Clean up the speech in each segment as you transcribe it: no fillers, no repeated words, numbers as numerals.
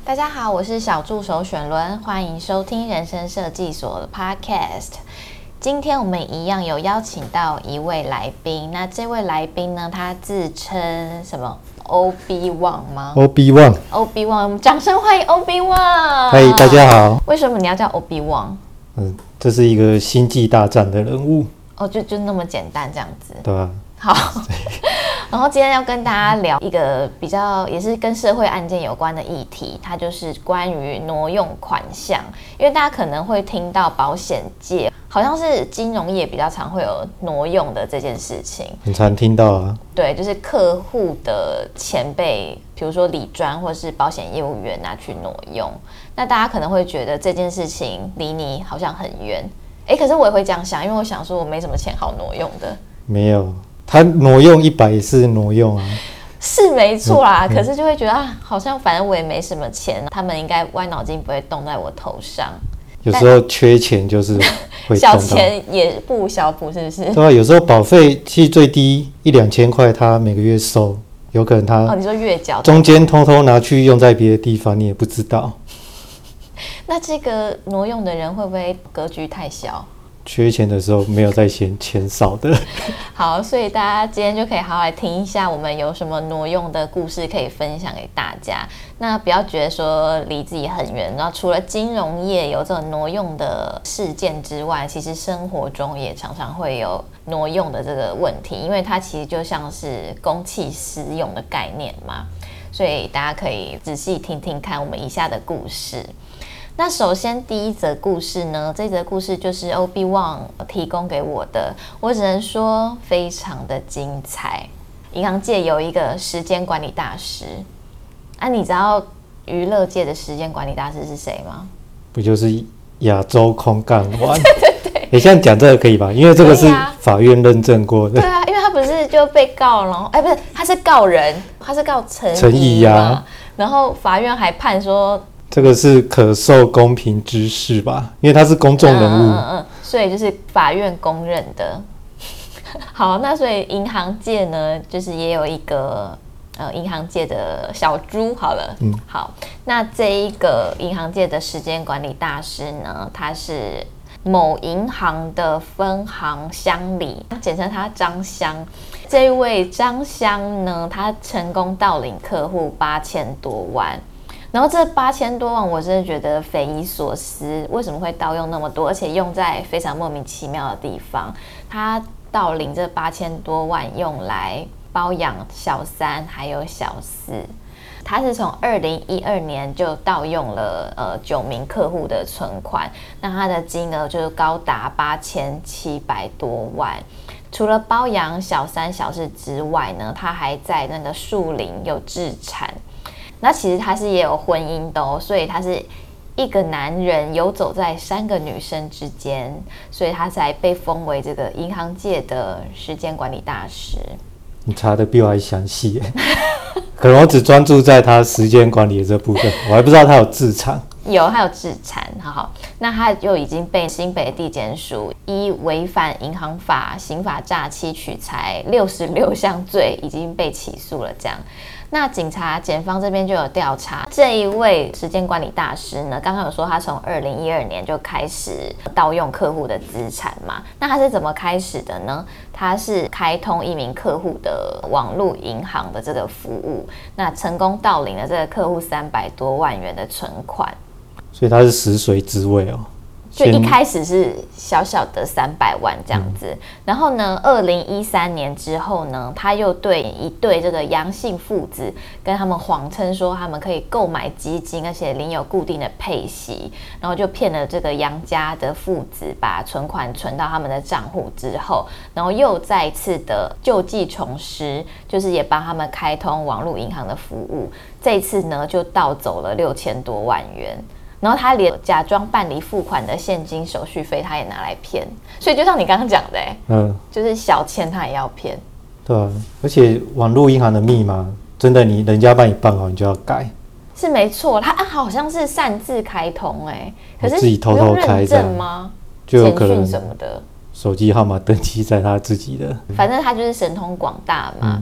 大家好，我是小助手选伦，欢迎收听人生设计所的 Podcast。今天我们一样有邀请到一位来宾，那这位来宾呢，他自称什么 Obi-Wan 吗 ？Obi-Wan， 我们掌声欢迎 Obi-Wan。 嗨，大家好。 为什么你要叫 Obi-Wan？ 这是一个星际大战的人物。 就那么简单这样子。 对啊。 好，然后今天要跟大家聊一个比较也是跟社会案件有关的议题，它就是关于挪用款项。因为大家可能会听到保险界，好像是金融业比较常会有挪用的这件事情， 很常听到啊。 对，就是客户的钱被，比如说理专或是保险业务员拿去挪用。那大家可能会觉得这件事情离你好像很远，可是我也会这样想，因为我想说我没什么钱好挪用的。 没有。他挪用100也是挪用啊， 是没错啦。可是就会觉得好像反正我也没什么钱，他们应该歪脑筋不会动在我头上。 有时候缺钱就是会动到小钱也不无小补，是不是？ 对啊，有时候保费其实最低1-2千块，他每个月收，有可能他你说月缴中间偷偷拿去用在别的地方，你也不知道。 那这个挪用的人会不会格局太小？ 缺钱的时候没有在嫌钱少的。 好，所以大家今天就可以好好来听一下我们有什么挪用的故事可以分享给大家。那不要觉得说离自己很远，然后除了金融业有这种挪用的事件之外，其实生活中也常常会有挪用的这个问题，因为它其实就像是公器私用的概念嘛。所以大家可以仔细听听看我们以下的故事。那首先第一则故事呢，这则故事就是 Obi-Wan 提供给我的，我只能说非常的精彩。银行界有一个时间管理大师，你知道娱乐界的时间管理大师是谁吗？ 不就是亚洲空干丸？ 对， 你现在讲这个可以吧？因为这个是法院认证过的。 对啊，因为他不是就被告了，不是，他是告人，他是告陈怡啊， 然后法院还判说。 这个是可受公平之事吧？因为他是公众人物， 所以就是法院公认的。好，那所以银行界呢，就是也有一个银行界的小猪。好了，好，那这一个银行界的时间管理大师呢，他是某银行的分行乡里，简称他张香。这一位张香呢，他成功盗领客户8000多万。然后这8000多万，我真的觉得匪夷所思，为什么会盗用那么多，而且用在非常莫名其妙的地方？他盗领这8000多万，用来包养小三还有小四。他是从2012年就盗用了9名客户的存款，那他的金额就是高达8700多万。除了包养小三小四之外呢，他还在那个树林有置产。那其实他是也有婚姻的所以他是一个男人游走在3个女生之间，所以他才被封为这个银行界的时间管理大师。 你查的比我还详细耶。可能我只专注在他时间管理的这部分，我还不知道他有自产。 他有自产，好，那他就已经被新北地检署依违反银行法、刑法诈欺取财66项罪已经被起诉了。这样，那检方这边就有调查这一位时间管理大师呢，刚刚有说他从2012年就开始盗用客户的资产嘛，那他是怎么开始的呢？他是开通一名客户的网络银行的这个服务，那成功盗领了这个客户300多万元的存款。 所以他是食髓知味哦。 就一开始是小小的300万这样子，然后呢，2013年之后呢，他又对一对这个杨姓父子跟他们谎称说他们可以购买基金，而且领有固定的配息，然后就骗了这个杨家的父子把存款存到他们的账户之后，然后又再次的旧计重施，就是也帮他们开通网络银行的服务，这一次呢就盗走了6000多万元。然后他连假装办理付款的现金手续费他也拿来骗，所以就像你刚刚讲的就是小钱他也要骗。 对啊，而且网络银行的密码真的人家帮你办好你就要改。 是没错，他好像是擅自开通可是自己偷偷开认证吗？ 就有可能什么的， 手机号码登记在他自己的， 反正他就是神通广大嘛。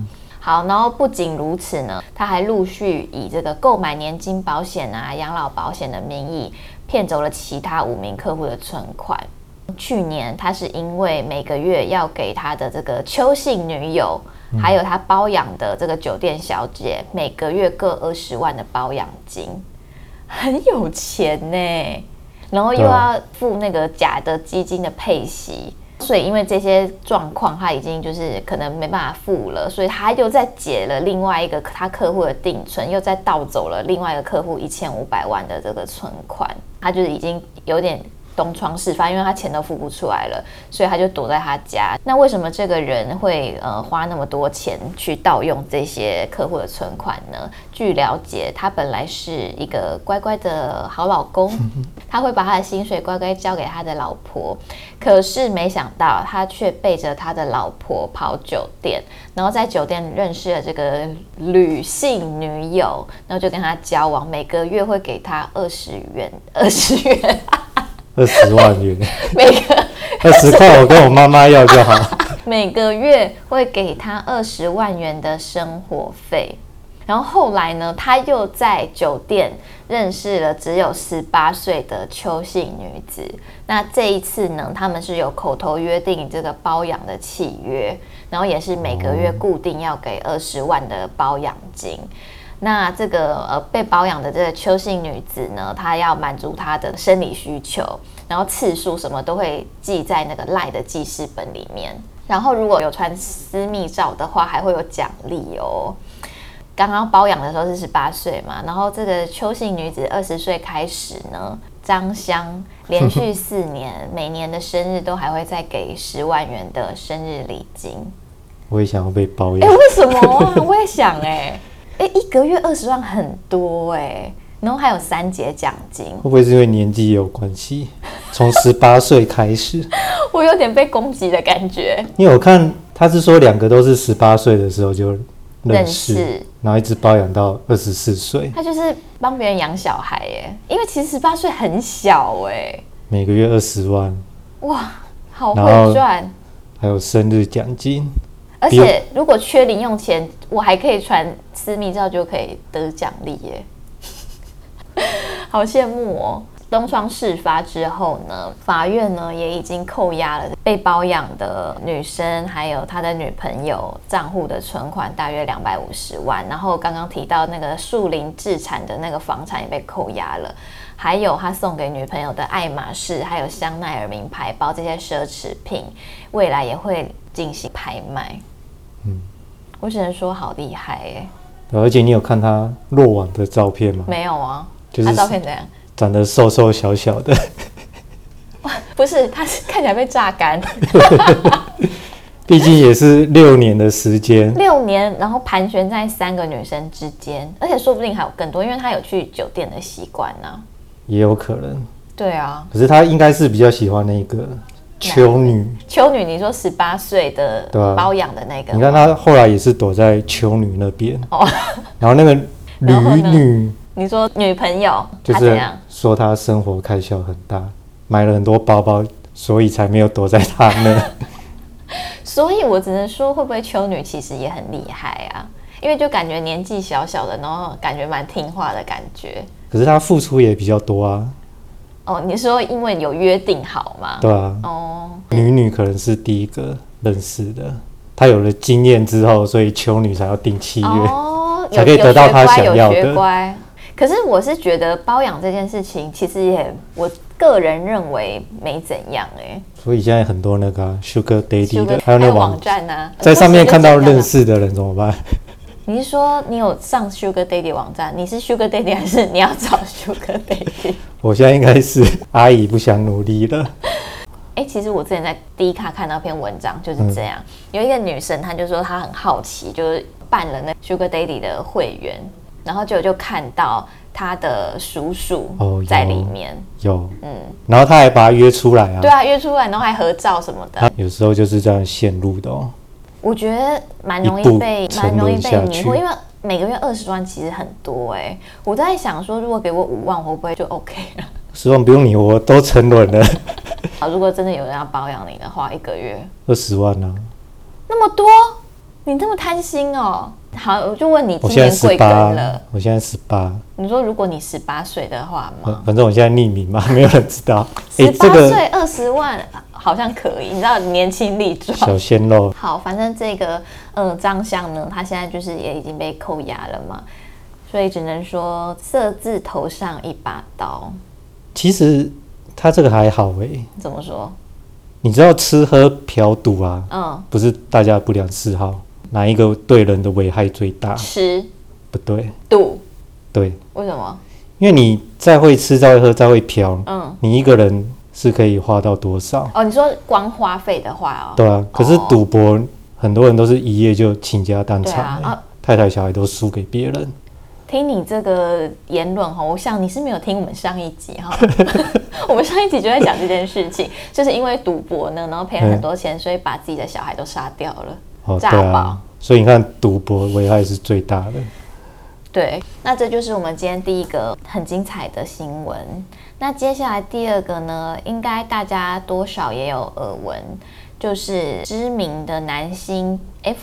好，然后不仅如此呢，他还陆续以这个购买年金保险啊、养老保险的名义骗走了其他5名客户的存款。去年他是因为每个月要给他的这个邱姓女友，还有他包养的这个酒店小姐，每个月各20万的包养金，很有钱呢。然后又要付那个假的基金的配息。所以因为这些状况他已经就是可能没办法付了，所以他又再解了另外一个他客户的定存，又再盗走了另外一个客户1500万的这个存款。他就是已经有点东窗事发，因为他钱都付不出来了，所以他就躲在他家。那为什么这个人会花那么多钱去盗用这些客户的存款呢？据了解，他本来是一个乖乖的好老公，他会把他的薪水乖乖交给他的老婆，可是没想到他却背着他的老婆跑酒店，然后在酒店认识了这个吕姓女友，然后就跟他交往，每个月会给他20元 20万元， 每个 20块我跟我妈妈要就好。 每个月会给他20万元的生活费。然后后来呢，他又在酒店认识了只有18岁的邱姓女子。那这一次呢，他们是有口头约定这个包养的契约，然后也是每个月固定要给20万的包养金。那这个被包养的这个邱姓女子呢，她要满足她的生理需求，然后次数什么都会记在那个 LINE 的记事本里面。然后如果有传私密照的话，还会有奖励哦。刚刚包养的时候是18岁嘛，然后这个邱姓女子20岁开始呢，张香连续4年，每年的生日都还会再给10万元的生日礼金。 我也想要被包养。 为什么啊？我也想一个月20万很多然后还有3节奖金。 会不会是因为年纪有关系？从18岁开始， 我有点被攻击的感觉。 因为我看他是说2个都是18岁的时候就认识，然后一直包养到24岁。 他就是帮别人养小孩因为其实18岁很小每个月20万， 哇，好会赚， 还有生日奖金。 而且如果缺零用钱，我还可以传私密照就可以得奖励好羡慕哦。东窗事发之后呢，法院呢也已经扣押了被包养的女生还有她的女朋友账户的存款大约250万，然后刚刚提到那个树林置产的那个房产也被扣押了，还有他送给女朋友的爱马仕还有香奈儿名牌包这些奢侈品，未来也会进行拍卖。我只能说好厉害而且你有看他落网的照片吗？ 没有啊， 就是他照片怎样？ 长得瘦瘦小小的。 不是，他是看起来被榨干。 毕竟也是6年的时间 ，6年，然后盘旋在3个女生之间，而且说不定还有更多，因为他有去酒店的习惯啊。 也有可能。 对啊。 可是他应该是比较喜欢那个邱女。 邱女，你说18岁的包养的那个？ 你看他后来也是躲在邱女那边。然后那个吕女。 你说女朋友， 就是说她生活开销很大，买了很多包包，所以才没有躲在她那。 所以我只能说，会不会邱女其实也很厉害啊？因为就感觉年纪小小的，然后感觉蛮听话的感觉。 可是她付出也比较多啊。 你说因为有约定好吗？ 对啊。女可能是第一个认识的，她有了经验之后，所以邱女才要订契约，才可以得到她想要的。 有学乖。可是我是觉得包养这件事情，其实也我个人认为没怎样所以现在很多那个Sugar Daddy 的，还有那网站啊， 在上面看到认识的人怎么办？ 你是说你有上 Sugar Daddy 网站？你是 Sugar Daddy 还是你要找 Sugar Daddy？ 我现在应该是阿姨不想努力了。 其实我之前在 D 卡看到篇文章就是这样，有一个女生她就说她很好奇，就是办了那 Sugar Daddy 的会员。然后就看到他的叔叔在里面， 然后他还把他约出来啊， 对啊，约出来，然后还合照什么的。 有时候就是这样陷入的我觉得蛮容易被迷惑，因为每个月20万其实很多我在想说，如果给我5万，会不会就 OK 了 ？10万不用你，我都沉沦了。 如果真的有人要包养你的话，1个月 20万啊， 那么多？ 你这么贪心哦。好，我就问你，今年贵庚了？ 我现在18。 你说如果你18岁的话吗？ 反正我现在匿名嘛，没有人知道。 18岁20万好像可以，你知道年轻力壮， 小鲜肉。 好，反正这个张相呢，他现在就是也已经被扣押了嘛，所以只能说色字头上一把刀。 其实他这个还好怎么说？ 你知道吃喝嫖赌啊，不是大家的不良嗜好，哪一个对人的危害最大？ 吃不对， 赌对。 为什么？ 因为你再会吃、再会喝、再会嫖，你一个人是可以花到多少？ 哦，你说光花费的话对啊。可是赌博，很多人都是一夜就倾家荡产，太太小孩都输给别人。 听你这个言论我想你是没有听我们上一集我们上一集就在讲这件事情，就是因为赌博呢，然后赔了很多钱，所以把自己的小孩都杀掉了，诈保。 所以你看，赌博危害是最大的。 对，那这就是我们今天第一个很精彩的新闻。那接下来第二个呢，应该大家多少也有耳闻，就是知名的男星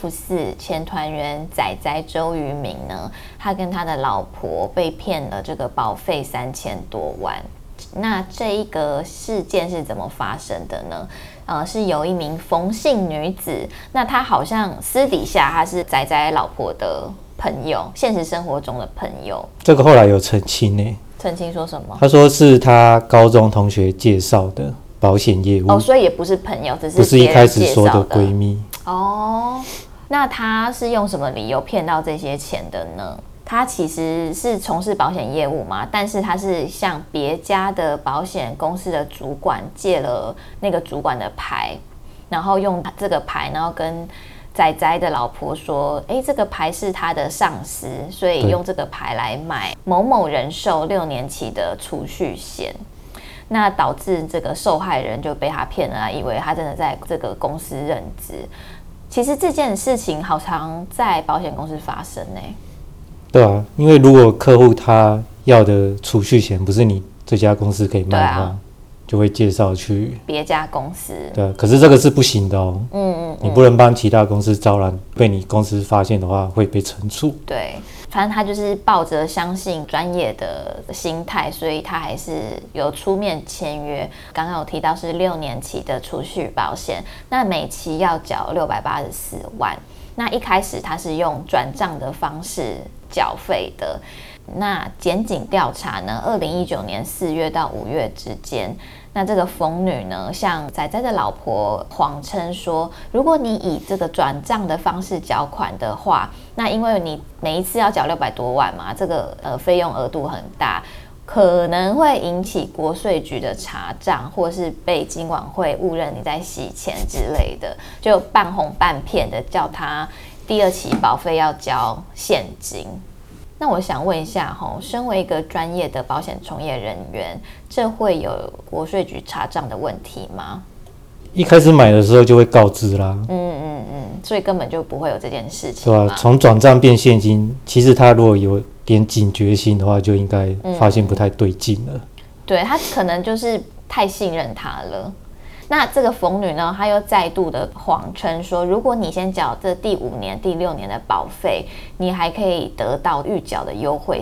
F4 前团员仔仔周渝民呢，他跟他的老婆被骗了这个保费3000多万。那这一个事件是怎么发生的呢？是有一名冯姓女子，那她好像私底下她是仔仔老婆的朋友，现实生活中的朋友。 这个后来有澄清呢。 澄清说什么？ 他说是他高中同学介绍的保险业务。 所以也不是朋友，只是不是一开始说的闺蜜。 那他是用什么理由骗到这些钱的呢？他其实是从事保险业务嘛，但是他是向别家的保险公司的主管借了那个主管的牌，然后用这个牌，然后跟仔仔的老婆说，这个牌是他的上司，所以用这个牌来买某某人寿6年期的储蓄险。那导致这个受害人就被他骗了，以为他真的在这个公司任职。其实这件事情好常在保险公司发生对啊，因为如果客户他要的储蓄险不是你这家公司可以卖的话，就会介绍去别家公司。 对，可是这个是不行的你不能帮其他公司招揽，被你公司发现的话会被惩处。 对，反正他就是抱着相信专业的心态，所以他还是有出面签约。刚刚有提到是6年期的储蓄保险，那每期要缴684万。那一开始他是用转账的方式缴费的。那检警调查呢，2019年4月到5月之间，那这个冯女呢，向仔仔的老婆谎称说，如果你以这个转账的方式缴款的话，那因为你每一次要缴600多万嘛，这个费用额度很大，可能会引起国税局的查账，或是被金管会误认你在洗钱之类的，就半哄半骗的叫他第2期保费要交现金。那我想问一下身为一个专业的保险从业人员，这会有国税局查账的问题吗？ 一开始买的时候就会告知啦。 所以根本就不会有这件事情。 对啊，从转账变现金，其实他如果有点警觉性的话，就应该发现不太对劲了。 对，他可能就是太信任他了。那这个冯女呢，她又再度的谎称说，如果你先缴这第5年、第6年的保费，你还可以得到预缴的优惠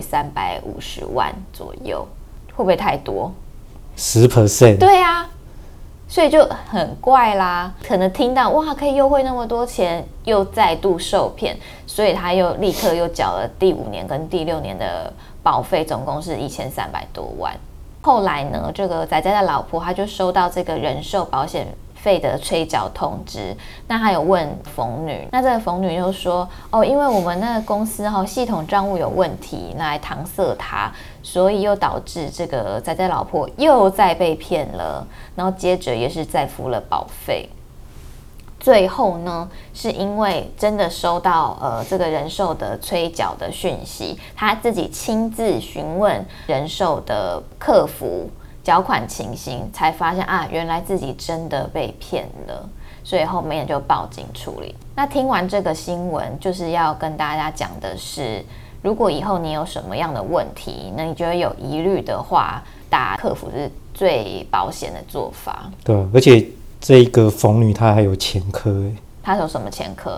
350万左右，会不会太多 ？10%。 对啊，所以就很怪啦。可能听到哇，可以优惠那么多钱，又再度受骗，所以他又立刻又缴了第5年跟第6年的保费，总共是1300多万。后来呢，这个仔仔的老婆他就收到这个人寿保险费的催缴通知，那他有问冯女，那这个冯女就说因为我们那个公司系统账务有问题，来搪塞他，所以又导致这个仔仔老婆又再被骗了，然后接着也是再付了保费。最后呢，是因为真的收到这个人寿的催缴的讯息，他自己亲自询问人寿的客服缴款情形，才发现原来自己真的被骗了，所以后面就报警处理。那听完这个新闻，就是要跟大家讲的是，如果以后你有什么样的问题，那你觉得有疑虑的话，打客服是最保险的做法。 对，而且这个冯女她还有前科。 她有什么前科？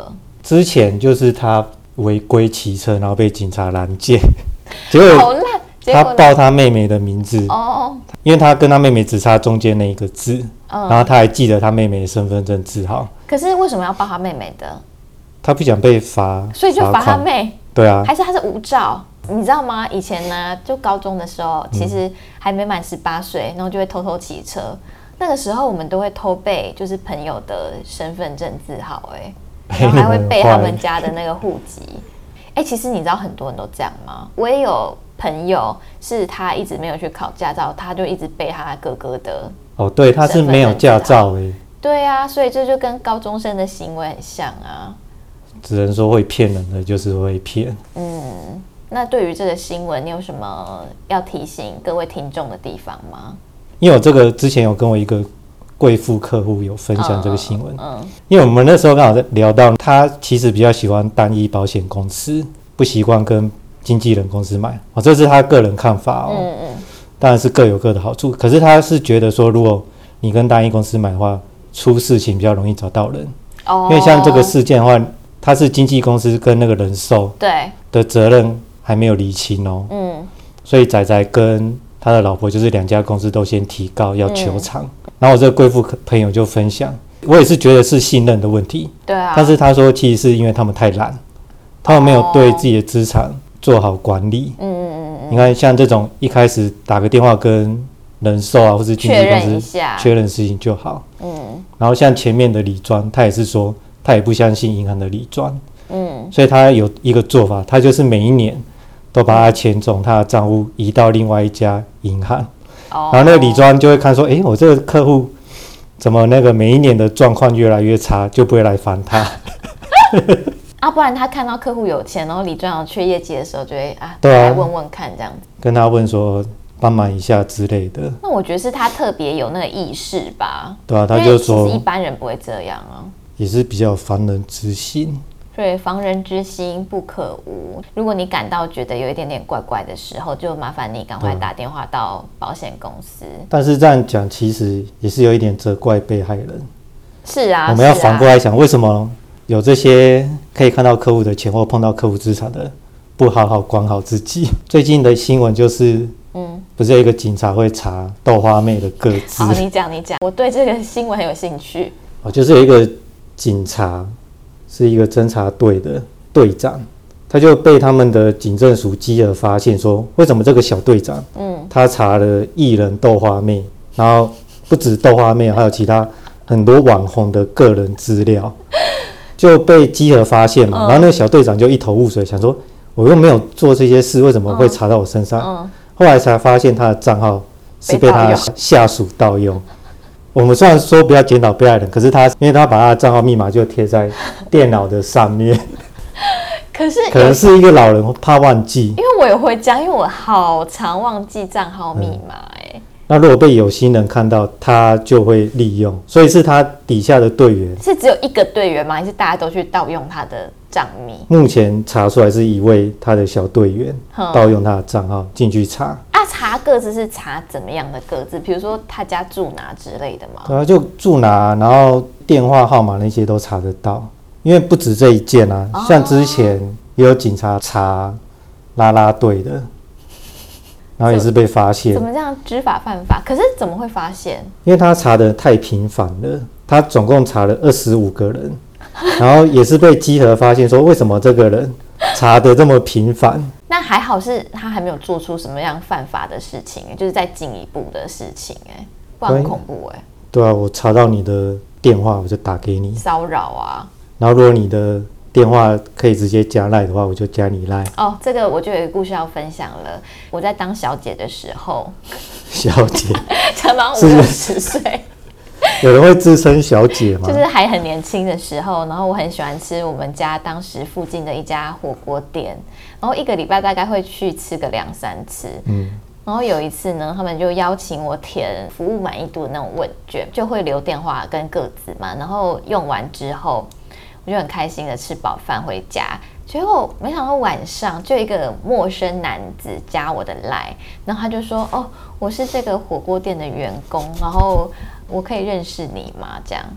之前就是他违规骑车，然后被警察拦截，结果他报他妹妹的名字，因为他跟他妹妹只差中间那一个字，然后他还记得他妹妹的身份证字号。 可是为什么要报他妹妹的？ 他不想被罚， 所以就罚他妹。 对啊， 还是他是无照？你知道吗？以前呢，就高中的时候，其实还没满18岁，然后就会偷偷骑车。那个时候我们都会偷背，就是朋友的身份证字号，然后还会背他们家的那个户籍。其实你知道很多人都这样吗？我也有朋友是他一直没有去考驾照，他就一直背他哥哥的。 对，他是没有驾照对啊，所以这就跟高中生的行为很像啊。 只能说会骗人的就是会骗。 那对于这个新闻，你有什么要提醒各位听众的地方吗？ 因为我这个之前有跟我一个贵妇客户有分享这个新闻，因为我们那时候刚好在聊到，他其实比较喜欢单一保险公司，不习惯跟经纪人公司买，这是他个人看法当然是各有各的好处，可是他是觉得说，如果你跟单一公司买的话，出事情比较容易找到人，因为像这个事件的话，他是经纪公司跟那个人寿的责任还没有厘清所以仔仔跟他的老婆就是2家公司都先提告要求偿，然后我这个贵妇朋友就分享，我也是觉得是信任的问题， 对啊， 但是他说其实是因为他们太懒，他们没有对自己的资产做好管理，你看像这种一开始打个电话跟人寿啊或是经纪公司确认事情就好，然后像前面的理专，他也是说他也不相信银行的理专，所以他有一个做法，他就是每一年都把他钱从他的账户移到另外一家银行，然后那个理专就会看说，我这个客户怎么那个每一年的状况越来越差，就不会来烦他。 不然他看到客户有钱，然后理专有缺业绩的时候，就会来问问看这样子， 跟他问说帮忙一下之类的。 那我觉得是他特别有那个意识吧。 对啊，他就说其实一般人不会这样啊， 也是比较防人之心。 对，防人之心不可无。如果你感到觉得有一点点怪怪的时候，就麻烦你赶快打电话到保险公司。 但是这样讲，其实也是有一点责怪被害人。 是啊， 我们要反过来想，为什么有这些可以看到客户的钱或碰到客户资产的，不好好管好自己？最近的新闻就是，不是有一个警察会查豆花妹的个资？ 好，你讲，我对这个新闻很有兴趣。 就是有一个警察。是一个侦察队的队长，他就被他们的警政署稽核发现说，为什么这个小队长，他查了艺人豆花妹，然后不止豆花妹，还有其他很多网红的个人资料，就被稽核发现嘛。然后那个小队长就一头雾水，想说我又没有做这些事，为什么会查到我身上？后来才发现他的账号是被他下属盗用。我们虽然说不要检讨被害人，可是因为他把他的账号密码就贴在电脑的上面，可能是一个老人怕忘记， 因为我也会这样，因为我好常忘记账号密码那如果被有心人看到，他就会利用，所以是他底下的队员， 是只有一个队员吗？还是大家都去盗用他的账密？ 目前查出来是一位他的小队员盗用他的账号进去查。 查个资是查怎么样的个资？比如说他家住哪之类的吗？ 对啊，就住哪，然后电话号码那些都查得到。因为不止这一件啊，像之前也有警察查啦啦队的，然后也是被发现。 怎么这样知法犯法？可是怎么会发现？ 因为他查得太频繁了，他总共查了25个人，然后也是被稽核发现说，为什么这个人查得这么频繁？ 那还好是他还没有做出什么样犯法的事情，就是再进一步的事情，不然很恐怖。 对啊，我查到你的电话，我就打给你骚扰啊。 然后如果你的电话可以直接加赖的话，我就加你赖。 这个我就有一个故事要分享了。我在当小姐的时候， 小姐才满50岁。 有人会自称小姐吗？ 就是还很年轻的时候，然后我很喜欢吃我们家当时附近的一家火锅店，然后一个礼拜大概会去吃个2-3次。然后有一次呢，他们就邀请我填服务满意度的那种问卷，就会留电话跟个资嘛。然后用完之后，我就很开心的吃饱饭回家。结果没想到晚上就一个陌生男子加我的 LINE， 然后他就说：“我是这个火锅店的员工，然后我可以认识你吗？”这样。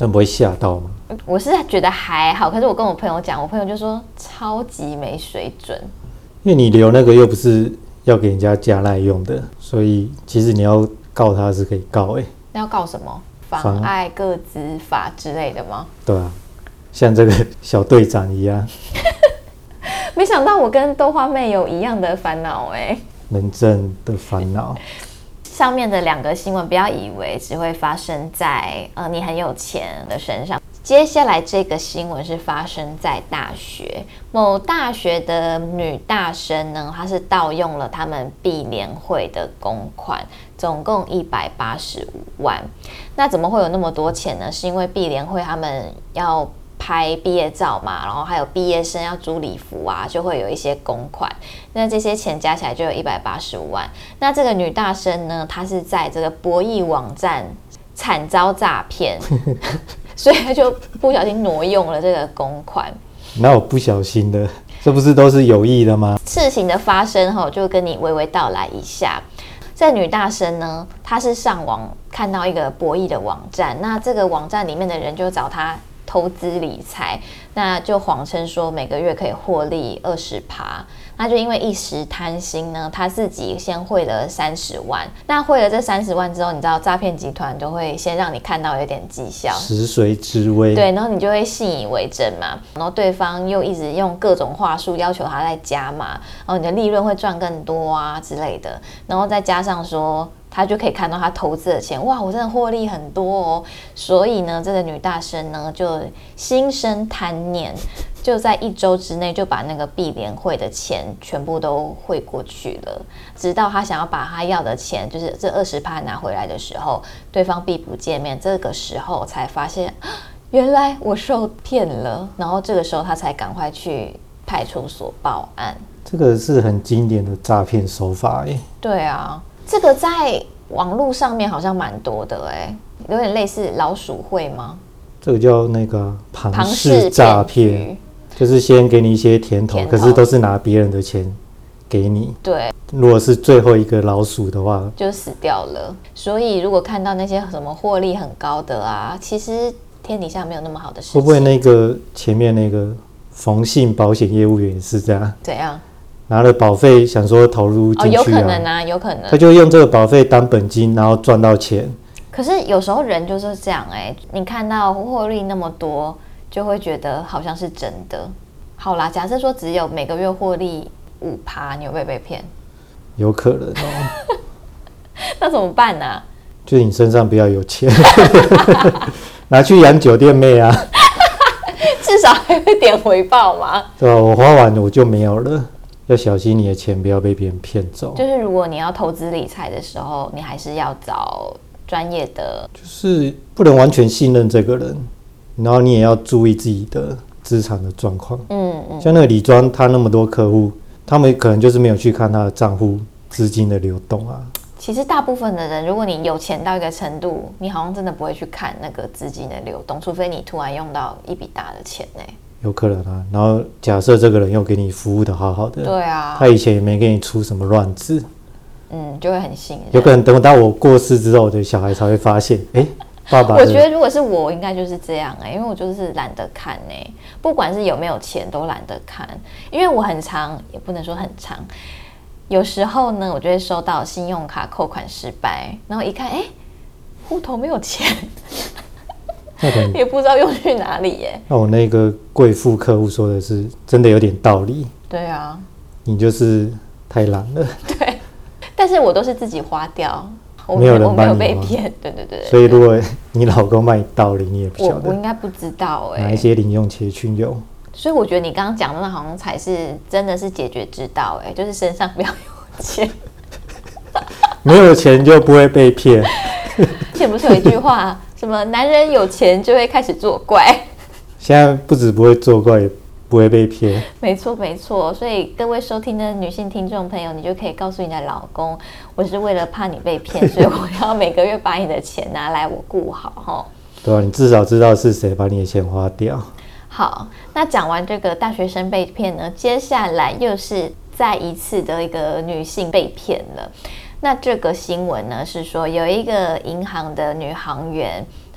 但不会吓到吗？ 我是觉得还好，可是我跟我朋友讲，我朋友就说超级没水准。 因为你留那个又不是要给人家加赖用的，所以其实你要告他是可以告那要告什么？妨碍个资法之类的吗？ 对啊，像这个小队长一样。 没想到我跟豆花妹有一样的烦恼人证的烦恼。 上面的2个新闻，不要以为只会发生在你很有钱的身上。接下来这个新闻是发生在大学，某大学的女大生呢，她是盗用了他们毕联会的公款，总共185万。那怎么会有那么多钱呢？是因为毕联会他们要拍毕业照嘛，然后还有毕业生要租礼服啊，就会有一些公款。那这些钱加起来就有185万。那这个女大生呢，她是在这个博弈网站惨遭诈骗，所以她就不小心挪用了这个公款。 哪有不小心的？这不是都是有意的吗？ 事情的发生就跟你娓娓道来一下。这女大生呢，她是上网看到一个博弈的网站，那这个网站里面的人就找她投资理财，那就谎称说每个月可以获利20%，那就因为一时贪心呢，他自己先汇了30万。那汇了这30万之后，你知道诈骗集团就会先让你看到有点绩效， 食髓知味， 对，然后你就会信以为真嘛。然后对方又一直用各种话术要求他再加码，然后你的利润会赚更多啊之类的。然后再加上说，他就可以看到他投资的钱，哇，我真的获利很多哦。所以呢，这个女大生呢就心生贪念，就在1周之内就把那个毕联会的钱全部都汇过去了。直到他想要把他要的钱，就是这20%拿回来的时候，对方避不见面，这个时候才发现，原来我受骗了。然后这个时候他才赶快去派出所报案。 这个是很经典的诈骗手法耶。 对啊。这个在网络上面好像蛮多的有点类似老鼠会吗？ 这个叫那个庞氏诈骗，就是先给你一些甜头，可是都是拿别人的钱给你。 对， 如果是最后一个老鼠的话， 就死掉了。所以如果看到那些什么获利很高的啊，其实天底下没有那么好的事情。 会不会那个前面那个冯姓保险业务员也是这样？ 怎样？ 拿了保费想说投入进去有可能啊，有可能。 他就用这个保费当本金，然后赚到钱。 可是有时候人就是这样你看到获利那么多，就会觉得好像是真的。好啦，假设说只有每个月获利5%，你会不会被骗？ 有可能哦。 那怎么办呢？ 就是你身上不要有钱，拿去养酒店妹啊。 至少还会点回报嘛。 对吧？我花完了我就没有了。要小心你的钱不要被别人骗走。 就是如果你要投资理财的时候，你还是要找专业的， 就是不能完全信任这个人，然后你也要注意自己的资产的状况。像那个李庄，他那么多客户，他们可能就是没有去看他的账户资金的流动啊。 其实大部分的人，如果你有钱到一个程度，你好像真的不会去看那个资金的流动，除非你突然用到一笔大的钱有可能啊。然后假设这个人又给你服务的好好的， 对啊， 他以前也没给你出什么乱子， 就会很信任。 有可能等到我过世之后，我的小孩才会发现，爸爸。 我觉得如果是我，应该就是这样因为我就是懒得看不管是有没有钱都懒得看，因为我很常，也不能说很常。有时候呢，我就会收到信用卡扣款失败，然后一看，户头没有钱，也不知道用去哪里那我那个贵妇客户说的是真的有点道理。 对啊， 你就是太懒了。 对，但是我都是自己花掉， 没有人帮你， 我没有被骗。对。 所以如果你老公帮你盗领，你也不晓得。 我应该不知道拿一些零用钱去用。 所以我觉得你刚刚讲的那好像才是真的是解决之道就是身上不要有钱。 没有钱就不会被骗。 之前不是有一句话，什么男人有钱就会开始作怪？ 现在不止不会作怪，也不会被骗。 没错。所以各位收听的女性听众朋友，你就可以告诉你的老公，我是为了怕你被骗，所以我要每个月把你的钱拿来我顾好对啊，你至少知道是谁把你的钱花掉。 好，那讲完这个大学生被骗呢，接下来又是再一次的一个女性被骗了。那这个新闻呢是说，有一个银行的女行员，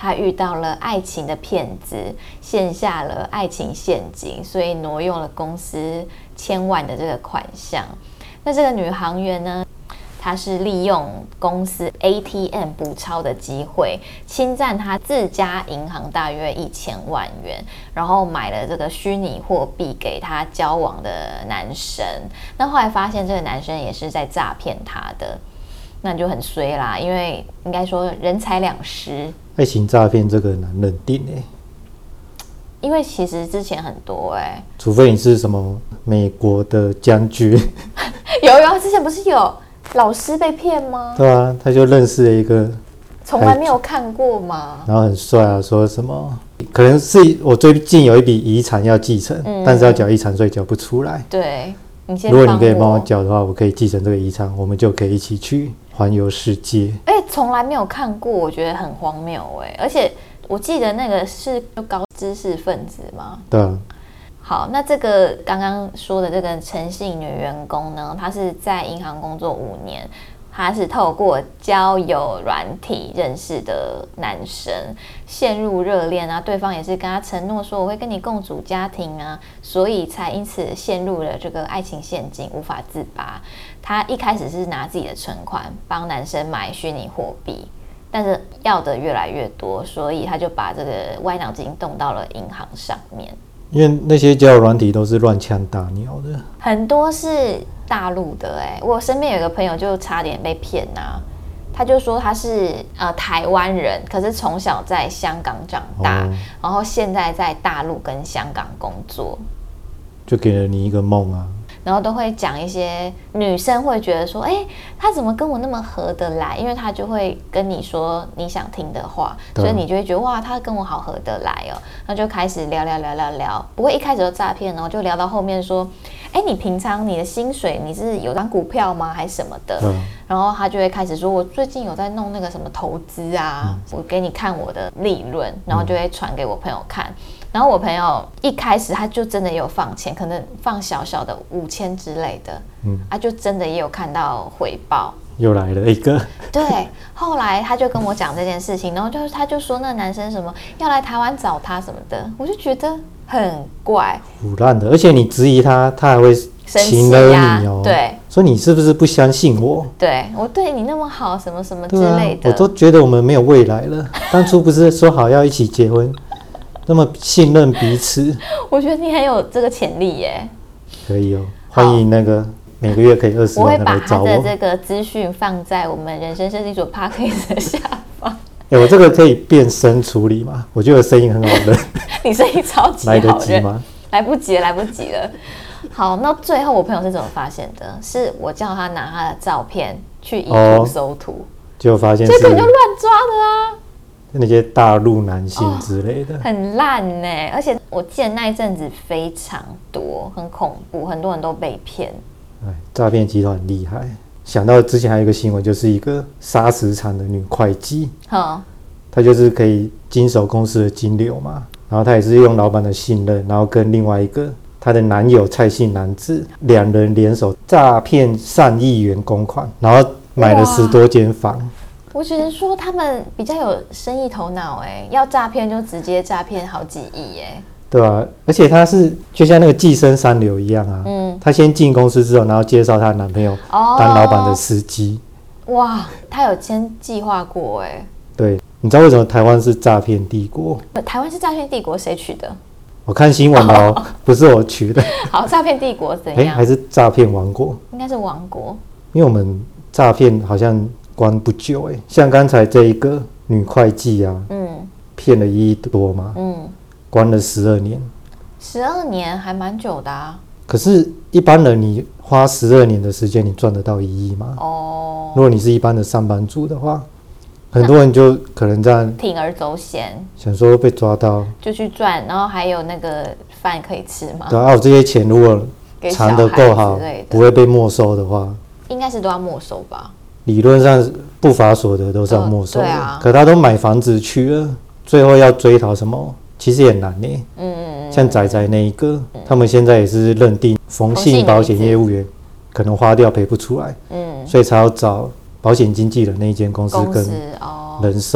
他遇到了爱情的骗子，陷下了爱情陷阱，所以挪用了公司千万的这个款项。那这个女行员呢，她是利用公司 ATM 补钞的机会，侵占她自家银行大约1000万元，然后买了这个虚拟货币给她交往的男生。那后来发现这个男生也是在诈骗她的，那就很衰啦，因为应该说人财两失。 爱情诈骗这个难认定因为其实之前很多除非你是什么美国的将军。 有之前不是有老师被骗吗？ 对啊，他就认识了一个从来没有看过嘛， 然后很帅啊，说什么可能是我最近有一笔遗产要继承，但是要缴遗产税缴不出来。 对，你先如果你可以帮我缴的话，我可以继承这个遗产，我们就可以一起去环游世界。 从来没有看过，我觉得很荒谬而且我记得那个是高知识分子吗？ 对啊。 好，那这个刚刚说的这个陈姓女员工呢，她是在银行工作5年，她是透过交友软体认识的男生，陷入热恋啊，对方也是跟她承诺说我会跟你共组家庭啊，所以才因此陷入了这个爱情陷阱，无法自拔。她一开始是拿自己的存款帮男生买虚拟货币，但是要的越来越多，所以她就把这个歪脑筋动到了银行上面。 因为那些交友软体都是乱枪打鸟的， 很多是大陆的我身边有一个朋友就差点被骗他就说他是台湾人，可是从小在香港长大，然后现在在大陆跟香港工作， 就给了你一个梦啊。 然后都会讲一些女生会觉得说，他怎么跟我那么合得来？因为他就会跟你说你想听的话，所以你就会觉得哇，他跟我好合得来哦。那就开始聊，不会一开始就诈骗哦，就聊到后面说，你平常你的薪水你是有当股票吗，还是什么的？然后他就会开始说，我最近有在弄那个什么投资啊，我给你看我的利润，然后就会传给我朋友看。然后我朋友一开始他就真的也有放钱，可能放小小的5000之类的，就真的也有看到回报。 又来了一个。 对，后来他就跟我讲这件事情，然后他就说那男生什么要来台湾找他什么的，我就觉得很怪， 胡乱的，而且你质疑他，他还会情勒你哦。 对， 说你是不是不相信我？ 对，我对你那么好，什么什么之类的， 我都觉得我们没有未来了。当初不是说好要一起结婚？那么信任彼此， 我觉得你很有这个潜力耶。 可以哦，欢迎那个每个月可以20万来找我。 我会把他的这个资讯放在我们人生设计组 Podcast 的下方。 我这个可以变声处理吗？我觉得声音很好认。 你声音超级好认。 来得及吗？ 来不及了。好，那最后我朋友是怎么发现的？是我叫他拿他的照片去以图搜图， 结果发现这个就乱抓的啊。 那些大陆男性之类的， 很烂而且我记得那一阵子非常多，很恐怖，很多人都被骗。 诈骗集团很厉害。想到之前还有一个新闻，就是一个砂石场的女会计，她就是可以经手公司的金流嘛，然后她也是用老板的信任，然后跟另外一个她的男友蔡姓男子2人联手诈骗3亿元公款，然后买了10多间房。 我只能说他们比较有生意头脑要诈骗就直接诈骗好几亿对啊，而且他是就像那个寄生三流一样啊，他先进公司之后，然后介绍她男朋友当老板的司机。 哇，他有先计划过对，你知道为什么台湾是诈骗帝国？ 台湾是诈骗帝国，谁取的？ 我看新闻不是我取的。 好，诈骗帝国怎样？ 还是诈骗王国？ 应该是王国， 因为我们诈骗好像关不久像刚才这一个女会计啊，骗了1亿多嘛，关了12年。 12年还蛮久的啊。 可是，一般人你花12年的时间，你赚得到1亿吗？如果你是一般的上班族的话，很多人就可能这样铤而走险， 想说被抓到就去赚，然后还有那个饭可以吃嘛。 对啊，我这些钱如果藏得够好，不会被没收的话， 应该是都要没收吧？ 理论上不法所得都是要没收的，可他都买房子去了，最后要追讨什么，其实也难像仔仔那一个，他们现在也是认定冯姓保险业务员可能花掉赔不出来，所以才要找保险经纪人那一间公司跟人寿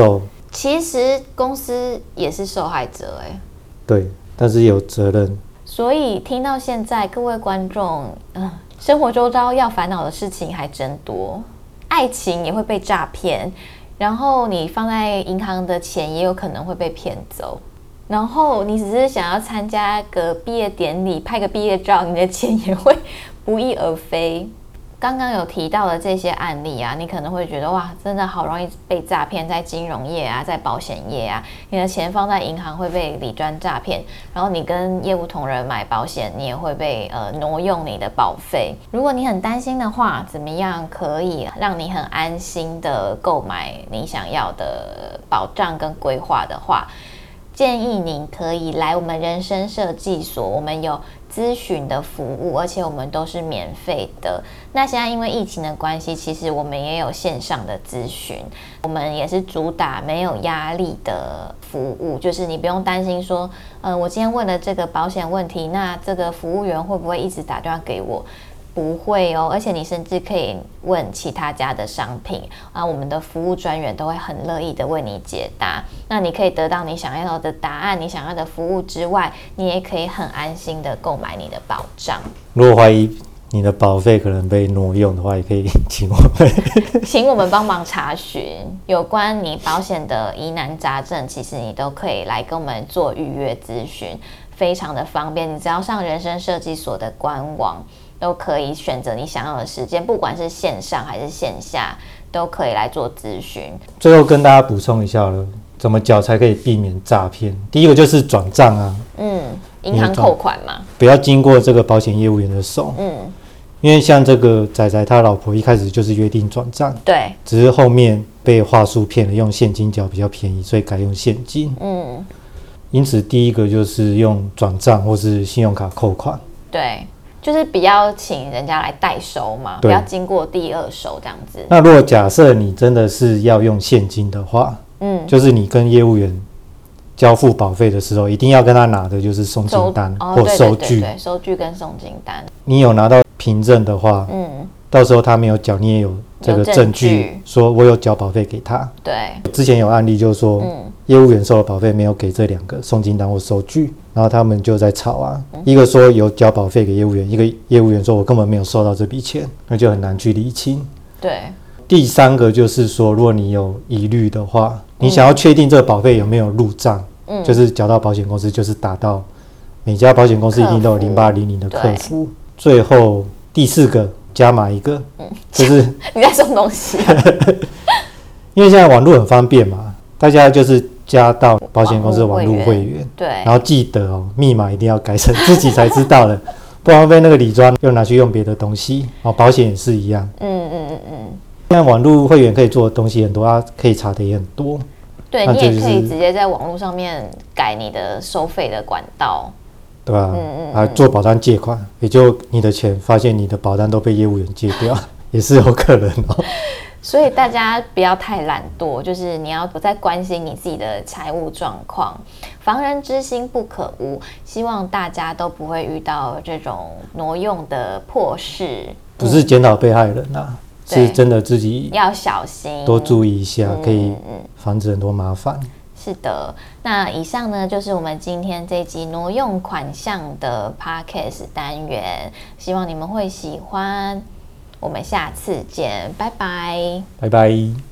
其实公司也是受害者对，但是有责任。 所以听到现在，各位观众，生活周遭要烦恼的事情还真多，爱情也会被诈骗，然后你放在银行的钱也有可能会被骗走，然后你只是想要参加个毕业典礼，拍个毕业照，你的钱也会不翼而飞。刚刚有提到的这些案例啊，你可能会觉得哇，真的好容易被诈骗，在金融业啊，在保险业啊，你的钱放在银行会被理专诈骗，然后你跟业务同仁买保险，你也会被挪用你的保费。如果你很担心的话，怎么样可以让你很安心的购买你想要的保障跟规划的话，建议您可以来我们人生设计所，我们有咨询的服务，而且我们都是免费的。那现在因为疫情的关系，其实我们也有线上的咨询，我们也是主打没有压力的服务，就是你不用担心说，我今天问了这个保险问题，那这个服务员会不会一直打电话给我？不会哦，而且你甚至可以问其他家的商品啊，我们的服务专员都会很乐意的为你解答。那你可以得到你想要的答案，你想要的服务之外，你也可以很安心的购买你的保障。 如果怀疑你的保费可能被挪用的话，也可以请我们帮忙查询有关你保险的疑难杂症，其实你都可以来跟我们做预约咨询，非常的方便。你只要上人生设计所的官网，都可以选择你想要的时间，不管是线上还是线下，都可以来做咨询。 最后跟大家补充一下了，怎么缴才可以避免诈骗？第一个就是转账啊， 银行扣款嘛， 不要经过这个保险业务员的手，因为像这个仔仔他老婆一开始就是约定转账， 对， 只是后面被话术骗了，用现金缴比较便宜，所以改用现金，因此第一个就是用转账或是信用卡扣款， 对。就是不要请人家来代收嘛，不要经过第二手这样子。 那如果假设你真的是要用现金的话，就是你跟业务员交付保费的时候，一定要跟他拿的就是送金单或收据， 对，收据跟送金单。 你有拿到凭证的话，到时候他没有缴，你也有这个证据，说我有缴保费给他。 对， 之前有案例就是说，业务员收了保费没有给这两个送金单或收据，然后他们就在吵啊，一个说有缴保费给业务员，一个业务员说我根本没有收到这笔钱，那就很难去厘清。 对， 第三个就是说，如果你有疑虑的话，你想要确定这个保费有没有入账，就是缴到保险公司，就是打到每家保险公司一定都有0800的客服。最后第四个加码一个，就是你在送东西因为现在网络很方便嘛，大家就是加到保险公司的网络会员， 对， 然后记得密码一定要改成自己才知道的，不然被那个理专又拿去用别的东西保险也是一样。现在网络会员可以做的东西很多，它可以查的也很多。 对，你也可以直接在网络上面改你的收费的管道， 对吧？做保单借款，也就你的钱发现你的保单都被业务员借掉，也是有可能哦。 所以大家不要太懒惰，就是你要不再关心你自己的财务状况，防人之心不可无。希望大家都不会遇到这种挪用的破事， 不是检讨被害人啊，是真的自己要小心， 多注意一下，可以防止很多麻烦。 是的，那以上呢就是我们今天这集挪用款项的 Podcast 单元，希望你们会喜欢。我们下次见，拜拜， 拜拜。